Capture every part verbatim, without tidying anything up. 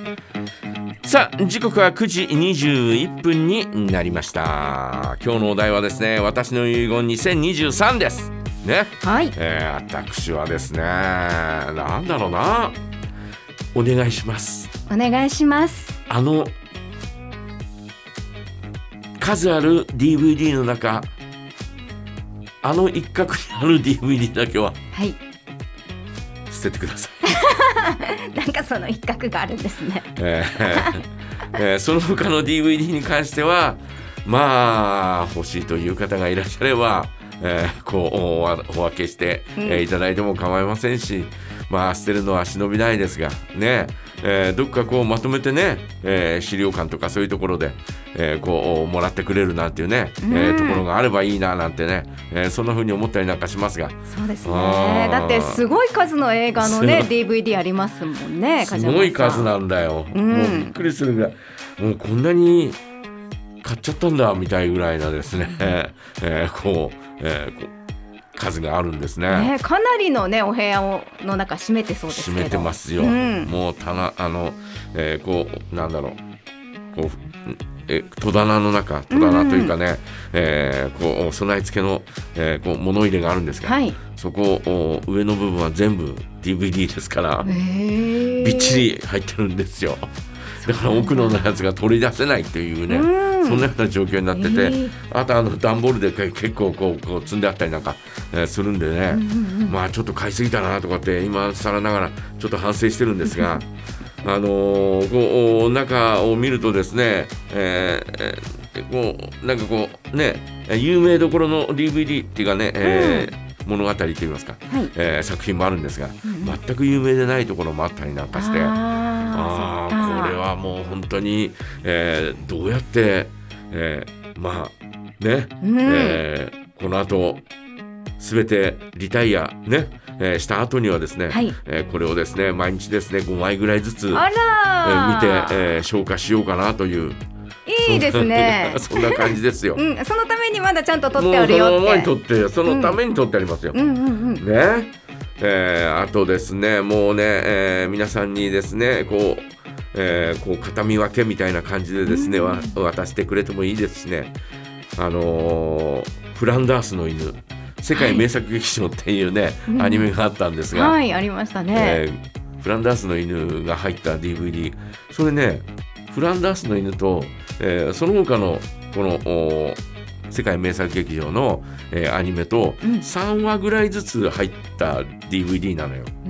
さあ時刻はくじにじゅういっぷんになりました。今日のお題はですね、私の遺言にせんにじゅうさんですね。 はい、 えー、私はですね、なんだろうな、お願いします。 お願いします。 あの数ある ディーブイディー の中、あの一角にある ディーブイディー だけは、 はい、 捨ててください。 なんかその一角があるんですね。 えーえー、その他の ディーブイディー に関してはまあ欲しいという方がいらっしゃれば、えー、こう お, お分けして、えー、いただいても構いませんし、まあ捨てるのは忍びないですがね、えー、どっかこうまとめてね、えー、資料館とかそういうところで、えー、こうもらってくれるなんていうね、うんえー、ところがあればいいななんてね、えー、そんな風に思ったりなんかしますが。 そうですね。だってすごい数の映画のね ディーブイディー ありますもんね。 すごい数なんだよ、うん、もうびっくりするぐらい、もうこんなに買っちゃったんだみたいぐらいなですね、えー、こう、えー、こう数があるんです ね, ね。かなりのねお部屋をの中占めてそうですけど。 占めてますよ、うん、もう棚あの、えー、こうなんだろう、こうえ戸棚の中、戸棚というかね、うんえー、こう備え付けの、えー、こう物入れがあるんですが、はい、そこ上の部分は全部 ディーブイディー ですからびっちり入ってるんですよ。だから奥のやつが取り出せないというね、うん、そんなような状況になってて、あとあの段ボールで結構こうこう積んであったりなんか、えー、するんでね、うんうんうん、まあちょっと買いすぎたなとかって今更ながらちょっと反省してるんですがあのー、こう中を見るとですね、えー、こうなんかこうね有名どころの ディーブイディー っていうかね、えーうん、物語といいますか、はいえー、作品もあるんですが、うん、全く有名でないところもあったりなんかして、ああこれはもう本当に、えー、どうやって、えー、まあね、うんえー、この後全てリタイアね、えー、した後にはですね、はいえー、これをですね毎日ですねごまいぐらいずつ、あら、えー、見て、えー、消化しようかなという、 いいですね。 そんな感じですよ、 うん、そのためにまだちゃんと取ってあるよって、 その前に取ってそのために取ってありますよ、うんうんうんうん、ねえー、あとですねもうね、えー、皆さんにですねこう、えー、こう形見分けみたいな感じでですね、うん、渡してくれてもいいですしね、あのー、フランダースの犬世界名作劇場っていうね、はい、アニメがあったんですが、 うん、はいありましたね、 えー、フランダースの犬が入った ディーブイディー、 それねフランダースの犬と、えー、その他のこの世界名作劇場の、えー、アニメとさんわぐらいずつ入った ディーブイディー なのよ、うん、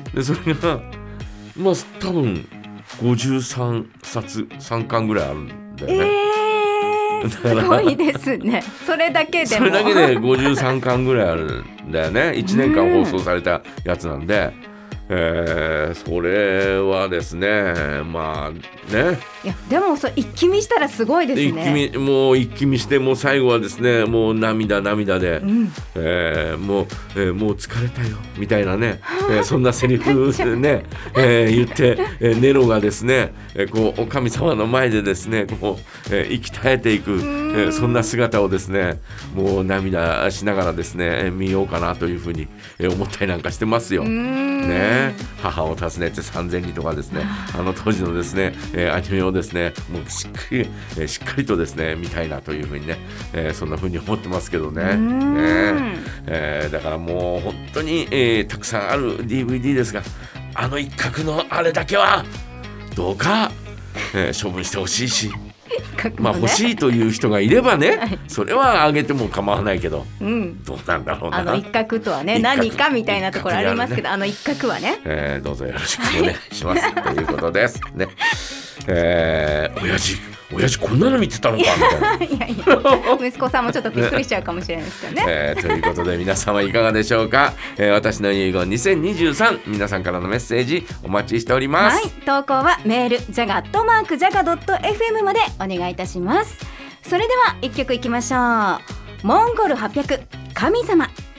でそれがまあ多分ごじゅうさんさつさんかんぐらいあるんだよね、 えー、すごいですね。それだけでもそれだけでごじゅうさんかんぐらいあるんだよね。いちねんかん放送されたやつなんで、えー、それはですねまあねいやでもそれ一気見したらすごいですね。 一気見もう一気見してもう最後はですねもう涙涙で、うんえー、もう、えー、もう疲れたよみたいなね、えー、そんなセリフね、えー、言って、えー、ネロがですね、えー、こう神様の前でですねこう、えー、息絶えていく、えー、そんな姿をですねもう涙しながらですね見ようかなというふうに思ったりなんかしてますよね。母を訪ねてさんぜんにとかですねあの当時のですね、えー、アニメをですねもうしっかり、えー、しっかりとですね見たいなというふうにね、えー、そんなふうに思ってますけどね、ねえー、だからもう本当に、えー、たくさんある ディーブイディー ですがあの一角のあれだけはどうか、えー、処分してほしいしまあ欲しいという人がいればねそれはあげても構わないけど、うん、どうなんだろうな。 あの一角とはね何かみたいなところありますけど、ね、あの一角はね、 えー、どうぞよろしくお願いしますということですね。えー、親父親父こんなの見てたのかみたいな。いやいや息子さんもちょっとびっくりしちゃうかもしれないですよね。 えー、ということで皆様いかがでしょうか、えー、私の遺言にせんにじゅうさん皆さんからのメッセージお待ちしております。 はい、投稿はメール ジャガ アットマーク ジャガ ドット エフエム までお願いいたします。それではいっきょくいきましょう。モンゴルはっぴゃく神様。